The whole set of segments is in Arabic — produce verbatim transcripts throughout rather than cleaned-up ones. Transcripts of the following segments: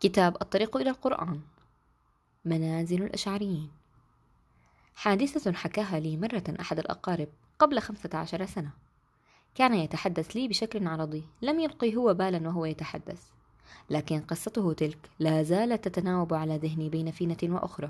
كتاب الطريق إلى القرآن، منازل الأشعريين. حادثة حكاها لي مرة أحد الأقارب قبل خمسة عشر سنة. كان يتحدث لي بشكل عرضي، لم يلقي هو بالا وهو يتحدث، لكن قصته تلك لا زالت تتناوب على ذهني بين فينة وأخرى.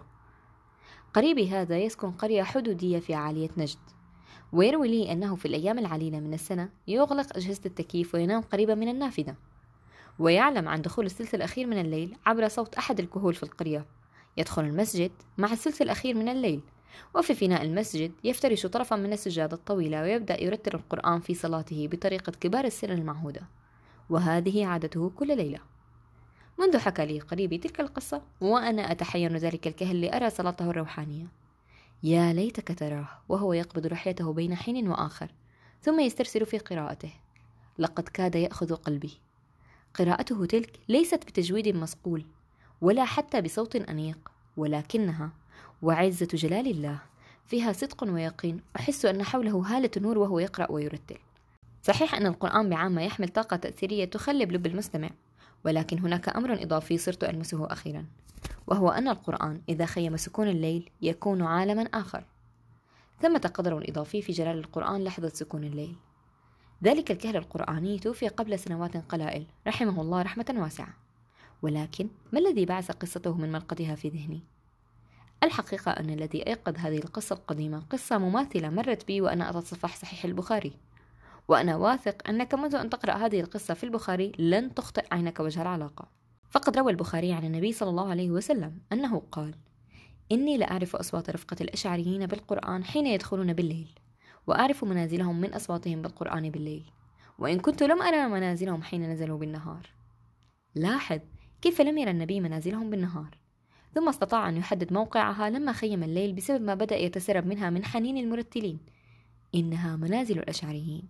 قريبي هذا يسكن قرية حدودية في عالية نجد، ويروي لي أنه في الأيام العليلة من السنة يغلق أجهزة التكييف وينام قريبا من النافذة، ويعلم عن دخول الثلث الأخير من الليل عبر صوت أحد الكهول في القرية. يدخل المسجد مع الثلث الأخير من الليل، وفي فناء المسجد يفترش طرفا من السجادة الطويلة ويبدأ يرتل القرآن في صلاته بطريقة كبار السن المعهودة، وهذه عادته كل ليلة. منذ حكى لي قريبي تلك القصة وأنا أتحين ذلك الكهل لأرى صلاته الروحانية. يا ليتك تراه وهو يقبض لحيته بين حين وآخر ثم يسترسل في قراءته، لقد كاد يأخذ قلبي. قراءته تلك ليست بتجويد مصقول ولا حتى بصوت أنيق، ولكنها وعزة جلال الله فيها صدق ويقين، أحس أن حوله هالة نور وهو يقرأ ويرتل. صحيح أن القرآن بعامة يحمل طاقة تأثيرية تخلب لب المستمع، ولكن هناك أمر إضافي صرت ألمسه أخيرا، وهو أن القرآن إذا خيم سكون الليل يكون عالما آخر. ثمة قدر إضافي في جلال القرآن لحظة سكون الليل. ذلك الكهل القرآني توفي قبل سنوات قلائل رحمه الله رحمة واسعة، ولكن ما الذي بعث قصته من مرقدها في ذهني؟ الحقيقة أن الذي أيقظ هذه القصة القديمة قصة مماثلة مرت بي وأنا أتصفح صحيح البخاري، وأنا واثق أنك منذ أن تقرأ هذه القصة في البخاري لن تخطئ عينك وجه العلاقة. فقد روى البخاري عن النبي صلى الله عليه وسلم أنه قال: إني لأعرف أصوات رفقة الأشعريين بالقرآن حين يدخلون بالليل، وأعرف منازلهم من أصواتهم بالقرآن بالليل، وإن كنت لم أرى منازلهم حين نزلوا بالنهار. لاحظ كيف لم يرى النبي منازلهم بالنهار، ثم استطاع أن يحدد موقعها لما خيم الليل بسبب ما بدأ يتسرب منها من حنين المرتلين: إنها منازل الأشعريين.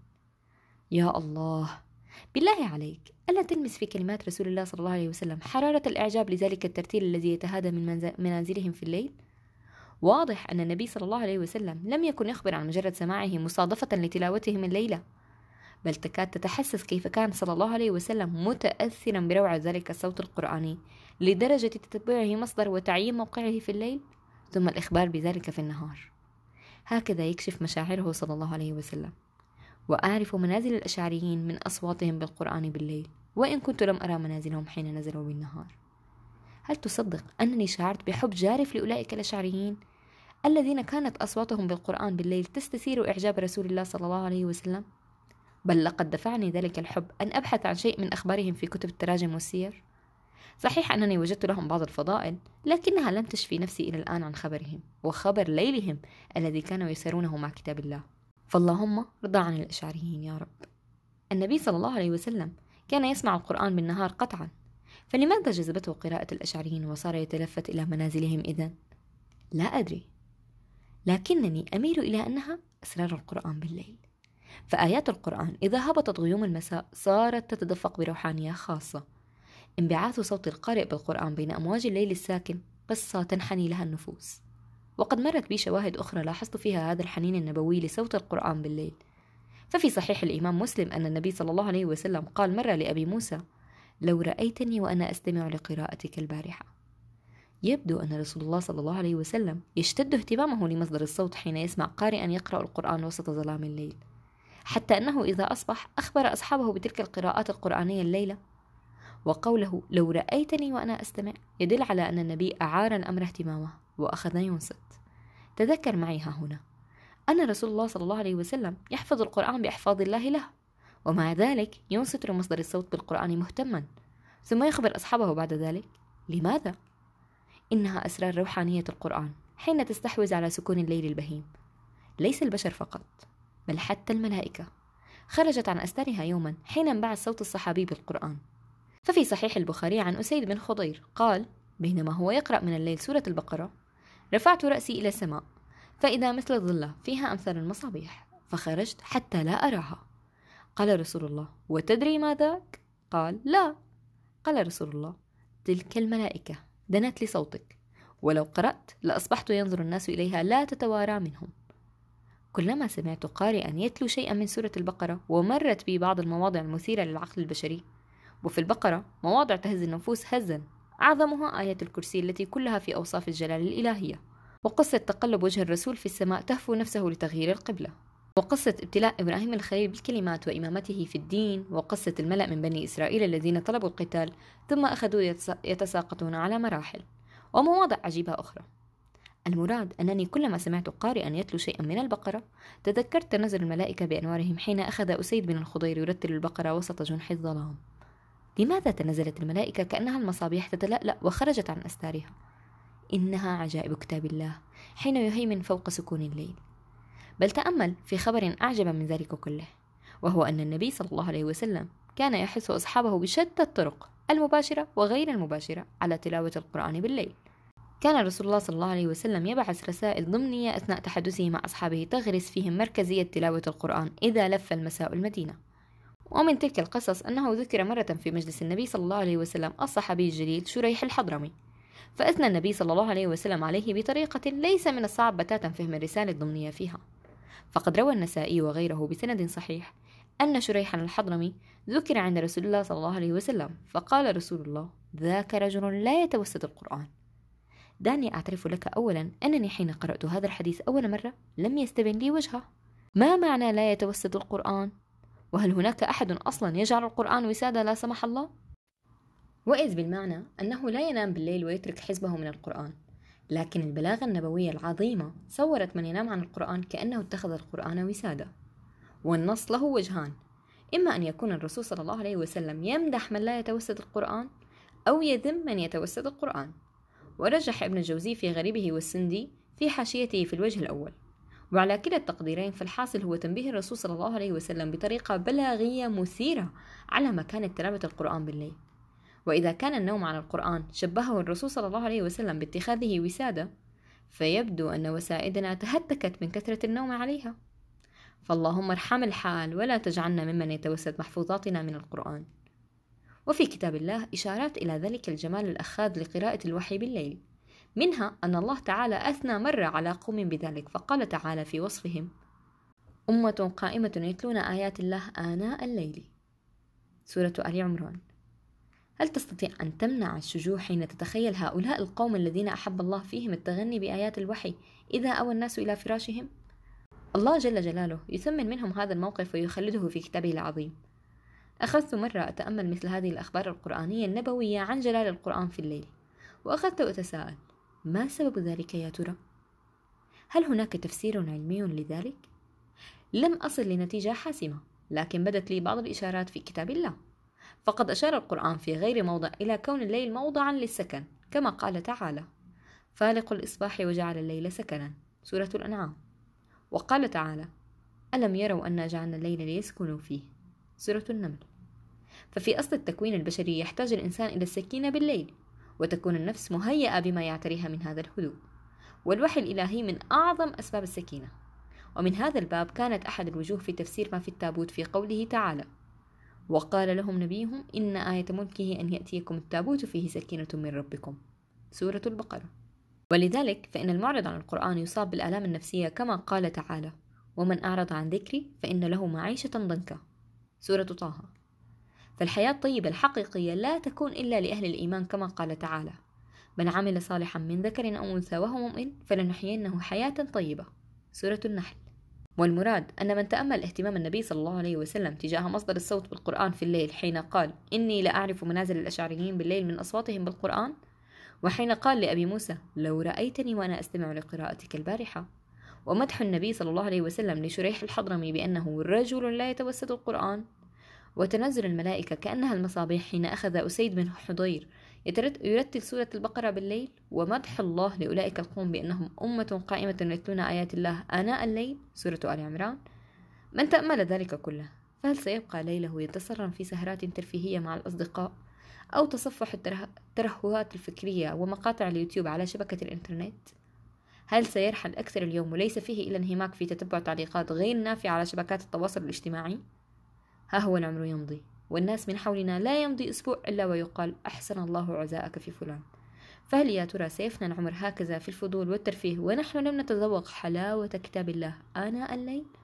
يا الله، بالله عليك ألا تلمس في كلمات رسول الله صلى الله عليه وسلم حرارة الإعجاب لذلك الترتيل الذي يتهادى من منازلهم في الليل؟ واضح أن النبي صلى الله عليه وسلم لم يكن يخبر عن مجرد سماعه مصادفة لتلاوتهم الليلة، بل تكاد تتحسس كيف كان صلى الله عليه وسلم متأثرا بروعة ذلك الصوت القرآني لدرجة تتبعه مصدر وتعيين موقعه في الليل ثم الإخبار بذلك في النهار. هكذا يكشف مشاعره صلى الله عليه وسلم. وأعرف منازل الأشعريين من أصواتهم بالقرآن بالليل، وإن كنت لم أرى منازلهم حين نزلوا بالنهار. هل تصدق أنني شعرت بحب جارف لأولئك الأشعريين الذين كانت أصواتهم بالقرآن بالليل تستثير إعجاب رسول الله صلى الله عليه وسلم؟ بل لقد دفعني ذلك الحب أن أبحث عن شيء من أخبارهم في كتب التراجم والسير. صحيح أنني وجدت لهم بعض الفضائل، لكنها لم تشفي نفسي إلى الآن عن خبرهم وخبر ليلهم الذي كانوا يسيرونه مع كتاب الله. فاللهم رضى عن الأشعريين يا رب. النبي صلى الله عليه وسلم كان يسمع القرآن بالنهار قطعا، فلماذا جذبته قراءة الأشعريين وصار يتلفت إلى منازلهم إذن؟ لا أدري، لكنني أميل إلى أنها أسرار القرآن بالليل. فآيات القرآن إذا هبطت غيوم المساء صارت تتدفق بروحانية خاصة. انبعاث صوت القارئ بالقرآن بين أمواج الليل الساكن قصة تنحني لها النفوس. وقد مرت بي شواهد أخرى لاحظت فيها هذا الحنين النبوي لصوت القرآن بالليل. ففي صحيح الإمام مسلم أن النبي صلى الله عليه وسلم قال مرة لأبي موسى: لو رأيتني وأنا أستمع لقراءتك البارحة. يبدو أن رسول الله صلى الله عليه وسلم يشتد اهتمامه لمصدر الصوت حين يسمع قارئا يقرأ القرآن وسط ظلام الليل، حتى أنه إذا أصبح أخبر أصحابه بتلك القراءات القرآنية الليلة. وقوله لو رأيتني وأنا أستمع يدل على أن النبي أعار الأمر اهتمامه وأخذ ينصت. تذكر معي ها هنا أن رسول الله صلى الله عليه وسلم يحفظ القرآن بإحفاظ الله له، ومع ذلك ينصت لمصدر الصوت بالقرآن مهتما، ثم يخبر أصحابه بعد ذلك. لماذا؟ إنها أسرار روحانية القرآن حين تستحوذ على سكون الليل البهيم. ليس البشر فقط، بل حتى الملائكة خرجت عن أستارها يوما حين انبعث صوت الصحابي بالقرآن. ففي صحيح البخاري عن أسيد بن خضير قال: بينما هو يقرأ من الليل سورة البقرة رفعت رأسي إلى السماء فإذا مثل الظلة فيها أمثال المصابيح، فخرجت حتى لا أراها. قال رسول الله: وتدري ما ذاك؟ قال: لا. قال رسول الله: تلك الملائكة دنت لصوتك، ولو قرأت لأصبحت ينظر الناس إليها لا تتوارى منهم. كلما سمعت قارئا يتلو شيئا من سورة البقرة ومرت بي بعض المواضع المثيرة للعقل البشري، وفي البقرة مواضع تهز النفوس هزا أعظمها آية الكرسي التي كلها في أوصاف الجلال الإلهية، وقصة تقلب وجه الرسول في السماء تهفو نفسه لتغيير القبلة، وقصة ابتلاء إبراهيم الخليل بالكلمات وإمامته في الدين، وقصة الملأ من بني إسرائيل الذين طلبوا القتال ثم أخذوا يتساقطون على مراحل، ومواضع عجيبة أخرى. المراد أنني كلما سمعت قارئا يتلو شيئا من البقرة تذكرت تنزل الملائكة بأنوارهم حين أخذ أسيد بن الخضير يرتل البقرة وسط جنح الظلام. لماذا تنزلت الملائكة كأنها المصابيح تتلألأ وخرجت عن أستارها؟ إنها عجائب كتاب الله حين يهيمن فوق سكون الليل. بل تأمل في خبر أعجب من ذلك كله، وهو أن النبي صلى الله عليه وسلم كان يحث أصحابه بشتى الطرق المباشرة وغير المباشرة على تلاوة القرآن بالليل. كان رسول الله صلى الله عليه وسلم يبعث رسائل ضمنية أثناء تحدثه مع أصحابه تغرس فيهم مركزية تلاوة القرآن إذا لف المساء المدينة. ومن تلك القصص أنه ذكر مرة في مجلس النبي صلى الله عليه وسلم الصحابي الجليل شريح الحضرمي، فأثنى النبي صلى الله عليه وسلم عليه بطريقة ليس من الصعب بتاتا فهم الرسالة الضمنية فيها. فقد روى النسائي وغيره بسند صحيح أن شريحا الحضرمي ذكر عند رسول الله صلى الله عليه وسلم، فقال رسول الله: ذاك رجل لا يتوسط القرآن. دعني أعترف لك أولا أنني حين قرأت هذا الحديث أول مرة لم يستبن لي وجهه. ما معنى لا يتوسط القرآن؟ وهل هناك أحد أصلا يجعل القرآن وسادة لا سمح الله؟ وإذ بالمعنى أنه لا ينام بالليل ويترك حزبه من القرآن، لكن البلاغة النبوية العظيمة صورت من ينام عن القرآن كأنه اتخذ القرآن وسادة. والنص له وجهان: إما أن يكون الرسول صلى الله عليه وسلم يمدح من لا يتوسد القرآن، أو يذم من يتوسد القرآن. ورجح ابن الجوزي في غريبه والسندي في حاشيته في الوجه الأول. وعلى كلا التقديرين فالحاصل هو تنبيه الرسول صلى الله عليه وسلم بطريقة بلاغية مثيرة على مكانة تلاوة القرآن بالليل. وإذا كان النوم عن القرآن شبهه الرسول صلى الله عليه وسلم باتخاذه وسادة، فيبدو أن وسائدنا تهتكت من كثرة النوم عليها. فاللهم ارحم الحال ولا تجعلنا ممن يتوسد محفوظاتنا من القرآن. وفي كتاب الله إشارات إلى ذلك الجمال الأخاذ لقراءة الوحي بالليل، منها أن الله تعالى أثنى مرة على قوم بذلك، فقال تعالى في وصفهم: أمة قائمة يتلون آيات الله آناء الليل. سورة آل عمران. هل تستطيع أن تمنع الشجوع حين تتخيل هؤلاء القوم الذين أحب الله فيهم التغني بآيات الوحي إذا أوى الناس إلى فراشهم؟ الله جل جلاله يثمن منهم هذا الموقف ويخلده في كتابه العظيم. أخذت مرة أتأمل مثل هذه الأخبار القرآنية النبوية عن جلال القرآن في الليل، وأخذت أتساءل: ما سبب ذلك يا ترى؟ هل هناك تفسير علمي لذلك؟ لم أصل لنتيجة حاسمة، لكن بدت لي بعض الإشارات في كتاب الله. فقد أشار القرآن في غير موضع إلى كون الليل موضعا للسكن، كما قال تعالى: فالق الإصباح وجعل الليل سكنا. سورة الأنعام. وقال تعالى: ألم يروا أنا جعلنا الليل ليسكنوا فيه. سورة النمل. ففي أصل التكوين البشري يحتاج الإنسان إلى السكينة بالليل، وتكون النفس مهيئة بما يعتريها من هذا الهدوء، والوحي الإلهي من أعظم أسباب السكينة. ومن هذا الباب كانت أحد الوجوه في تفسير ما في التابوت في قوله تعالى: وقال لهم نبيهم إن آية ملكه أن يأتيكم التابوت فيه سكينة من ربكم. سورة البقرة. ولذلك فإن المعرض عن القرآن يصاب بالآلام النفسية، كما قال تعالى: ومن أعرض عن ذكري فإن له معيشة ضنكا. سورة طه. فالحياة الطيبة الحقيقية لا تكون إلا لأهل الإيمان، كما قال تعالى: من عمل صالحا من ذكر أو أنثى وهو مؤمن فلنحيينه حياة طيبة. سورة النحل. والمراد أن من تأمل اهتمام النبي صلى الله عليه وسلم تجاه مصدر الصوت بالقرآن في الليل حين قال: إني لأعرف منازل الأشعريين بالليل من أصواتهم بالقرآن، وحين قال لأبي موسى: لو رأيتني وأنا أستمع لقراءتك البارحة، ومدح النبي صلى الله عليه وسلم لشريح الحضرمي بأنه رجل لا يتوسد القرآن، وتنزل الملائكة كأنها المصابيح حين أخذ أسيد بن حضير يرتل سورة البقرة بالليل، ومدح الله لأولئك القوم بأنهم أمة قائمة يتلون آيات الله آناء الليل. سورة آل عمران. من تأمل ذلك كله، فهل سيبقى ليله يتسرم في سهرات ترفيهية مع الأصدقاء، أو تصفح الترهلات الفكرية ومقاطع اليوتيوب على شبكة الإنترنت؟ هل سيرحل أكثر اليوم وليس فيه إلا انهماك في تتبع تعليقات غير نافعة على شبكات التواصل الاجتماعي؟ ها هو العمر يمضي، والناس من حولنا لا يمضي أسبوع إلا ويقال: أحسن الله عزاءك في فلان. فهل يا ترى سيفنى العمر هكذا في الفضول والترفيه ونحن لم نتذوق حلاوة كتاب الله آناء الليل؟